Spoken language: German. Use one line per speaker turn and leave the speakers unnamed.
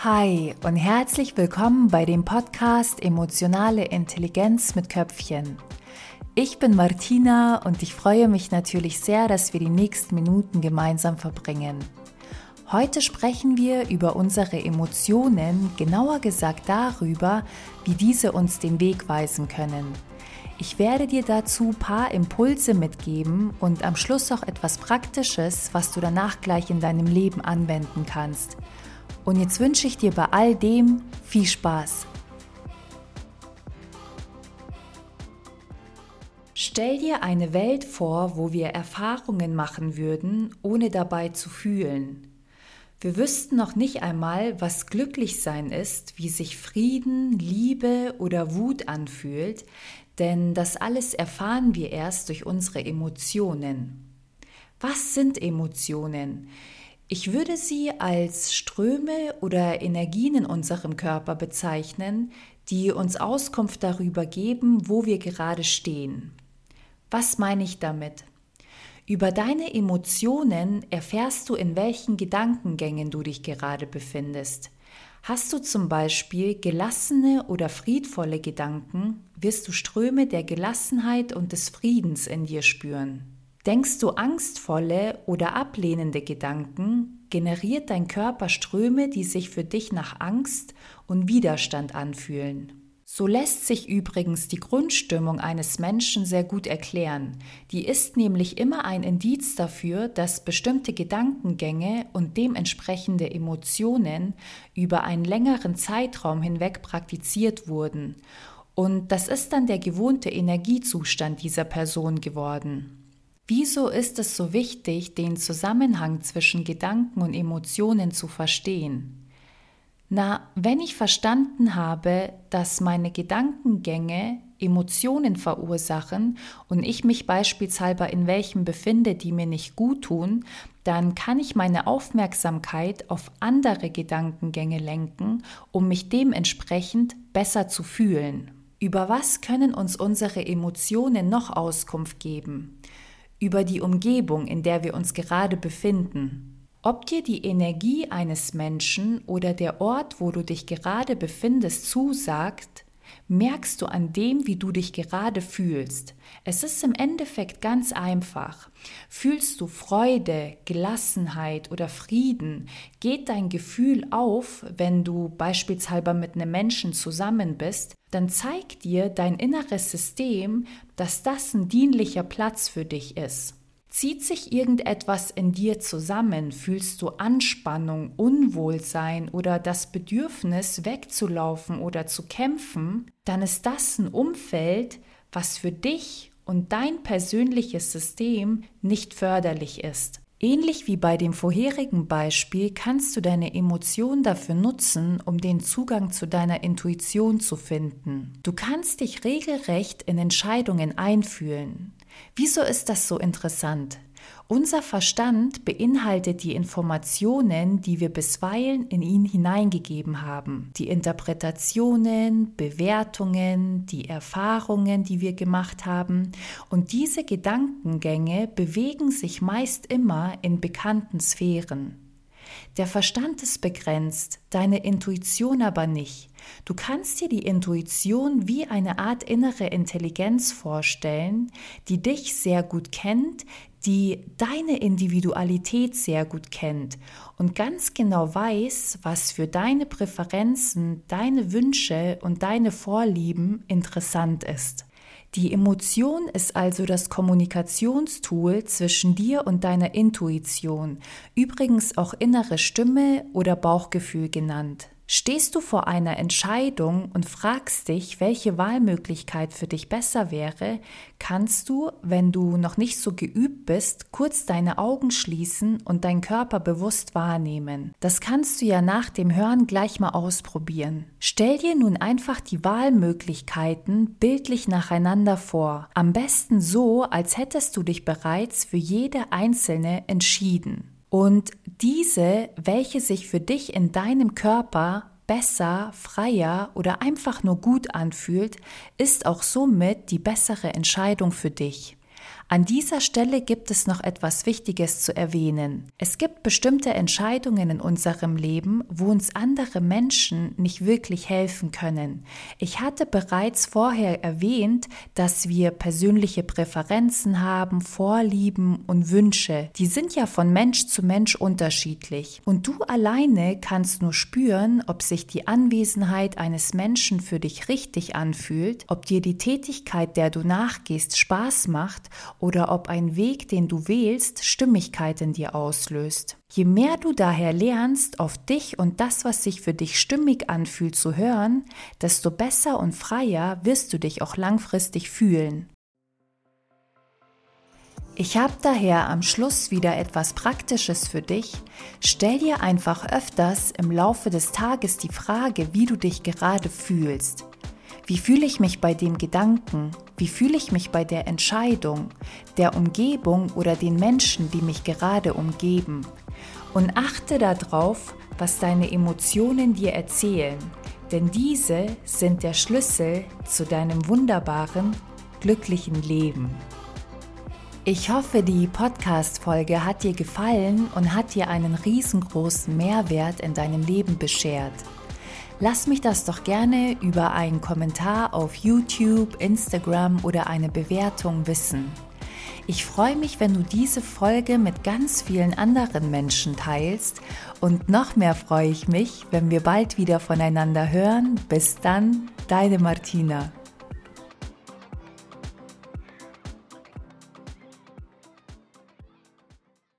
Hi und herzlich willkommen bei dem Podcast Emotionale Intelligenz mit Köpfchen. Ich bin Martina und ich freue mich natürlich sehr, dass wir die nächsten Minuten gemeinsam verbringen. Heute sprechen wir über unsere Emotionen, genauer gesagt darüber, wie diese uns den Weg weisen können. Ich werde dir dazu ein paar Impulse mitgeben und am Schluss auch etwas Praktisches, was du danach gleich in deinem Leben anwenden kannst. Und jetzt wünsche ich dir bei all dem viel Spaß. Stell dir eine Welt vor, wo wir Erfahrungen machen würden, ohne dabei zu fühlen. Wir wüssten noch nicht einmal, was Glücklichsein ist, wie sich Frieden, Liebe oder Wut anfühlt, denn das alles erfahren wir erst durch unsere Emotionen. Was sind Emotionen? Ich würde sie als Ströme oder Energien in unserem Körper bezeichnen, die uns Auskunft darüber geben, wo wir gerade stehen. Was meine ich damit? Über deine Emotionen erfährst du, in welchen Gedankengängen du dich gerade befindest. Hast du zum Beispiel gelassene oder friedvolle Gedanken, wirst du Ströme der Gelassenheit und des Friedens in dir spüren. Denkst du angstvolle oder ablehnende Gedanken, generiert dein Körper Ströme, die sich für dich nach Angst und Widerstand anfühlen. So lässt sich übrigens die Grundstimmung eines Menschen sehr gut erklären. Die ist nämlich immer ein Indiz dafür, dass bestimmte Gedankengänge und dementsprechende Emotionen über einen längeren Zeitraum hinweg praktiziert wurden. Und das ist dann der gewohnte Energiezustand dieser Person geworden. Wieso ist es so wichtig, den Zusammenhang zwischen Gedanken und Emotionen zu verstehen? Wenn ich verstanden habe, dass meine Gedankengänge Emotionen verursachen und ich mich beispielsweise in welchen befinde, die mir nicht gut tun, dann kann ich meine Aufmerksamkeit auf andere Gedankengänge lenken, um mich dementsprechend besser zu fühlen. Über was können uns unsere Emotionen noch Auskunft geben? Über die Umgebung, in der wir uns gerade befinden. Ob dir die Energie eines Menschen oder der Ort, wo du dich gerade befindest, zusagt, merkst du an dem, wie du dich gerade fühlst. Es ist im Endeffekt ganz einfach. Fühlst du Freude, Gelassenheit oder Frieden, geht dein Gefühl auf, wenn du beispielsweise mit einem Menschen zusammen bist, dann zeigt dir dein inneres System, dass das ein dienlicher Platz für dich ist. Zieht sich irgendetwas in dir zusammen, fühlst du Anspannung, Unwohlsein oder das Bedürfnis wegzulaufen oder zu kämpfen, dann ist das ein Umfeld, was für dich und dein persönliches System nicht förderlich ist. Ähnlich wie bei dem vorherigen Beispiel kannst du deine Emotion dafür nutzen, um den Zugang zu deiner Intuition zu finden. Du kannst dich regelrecht in Entscheidungen einfühlen. Wieso ist das so interessant? Unser Verstand beinhaltet die Informationen, die wir bisweilen in ihn hineingegeben haben. Die Interpretationen, Bewertungen, die Erfahrungen, die wir gemacht haben. Und diese Gedankengänge bewegen sich meist immer in bekannten Sphären. Der Verstand ist begrenzt, deine Intuition aber nicht. Du kannst dir die Intuition wie eine Art innere Intelligenz vorstellen, die dich sehr gut kennt, die deine Individualität sehr gut kennt und ganz genau weiß, was für deine Präferenzen, deine Wünsche und deine Vorlieben interessant ist. Die Emotion ist also das Kommunikationstool zwischen dir und deiner Intuition, übrigens auch innere Stimme oder Bauchgefühl genannt. Stehst du vor einer Entscheidung und fragst dich, welche Wahlmöglichkeit für dich besser wäre, kannst du, wenn du noch nicht so geübt bist, kurz deine Augen schließen und deinen Körper bewusst wahrnehmen. Das kannst du ja nach dem Hören gleich mal ausprobieren. Stell dir nun einfach die Wahlmöglichkeiten bildlich nacheinander vor. Am besten so, als hättest du dich bereits für jede einzelne entschieden. Und diese, welche sich für dich in deinem Körper besser, freier oder einfach nur gut anfühlt, ist auch somit die bessere Entscheidung für dich. An dieser Stelle gibt es noch etwas Wichtiges zu erwähnen. Es gibt bestimmte Entscheidungen in unserem Leben, wo uns andere Menschen nicht wirklich helfen können. Ich hatte bereits vorher erwähnt, dass wir persönliche Präferenzen haben, Vorlieben und Wünsche. Die sind ja von Mensch zu Mensch unterschiedlich. Und du alleine kannst nur spüren, ob sich die Anwesenheit eines Menschen für dich richtig anfühlt, ob dir die Tätigkeit, der du nachgehst, Spaß macht oder ob ein Weg, den du wählst, Stimmigkeit in dir auslöst. Je mehr du daher lernst, auf dich und das, was sich für dich stimmig anfühlt, zu hören, desto besser und freier wirst du dich auch langfristig fühlen. Ich habe daher am Schluss wieder etwas Praktisches für dich. Stell dir einfach öfters im Laufe des Tages die Frage, wie du dich gerade fühlst. Wie fühle ich mich bei dem Gedanken? Wie fühle ich mich bei der Entscheidung, der Umgebung oder den Menschen, die mich gerade umgeben? Und achte darauf, was deine Emotionen dir erzählen, denn diese sind der Schlüssel zu deinem wunderbaren, glücklichen Leben. Ich hoffe, die Podcast-Folge hat dir gefallen und hat dir einen riesengroßen Mehrwert in deinem Leben beschert. Lass mich das doch gerne über einen Kommentar auf YouTube, Instagram oder eine Bewertung wissen. Ich freue mich, wenn du diese Folge mit ganz vielen anderen Menschen teilst und noch mehr freue ich mich, wenn wir bald wieder voneinander hören. Bis dann, deine Martina.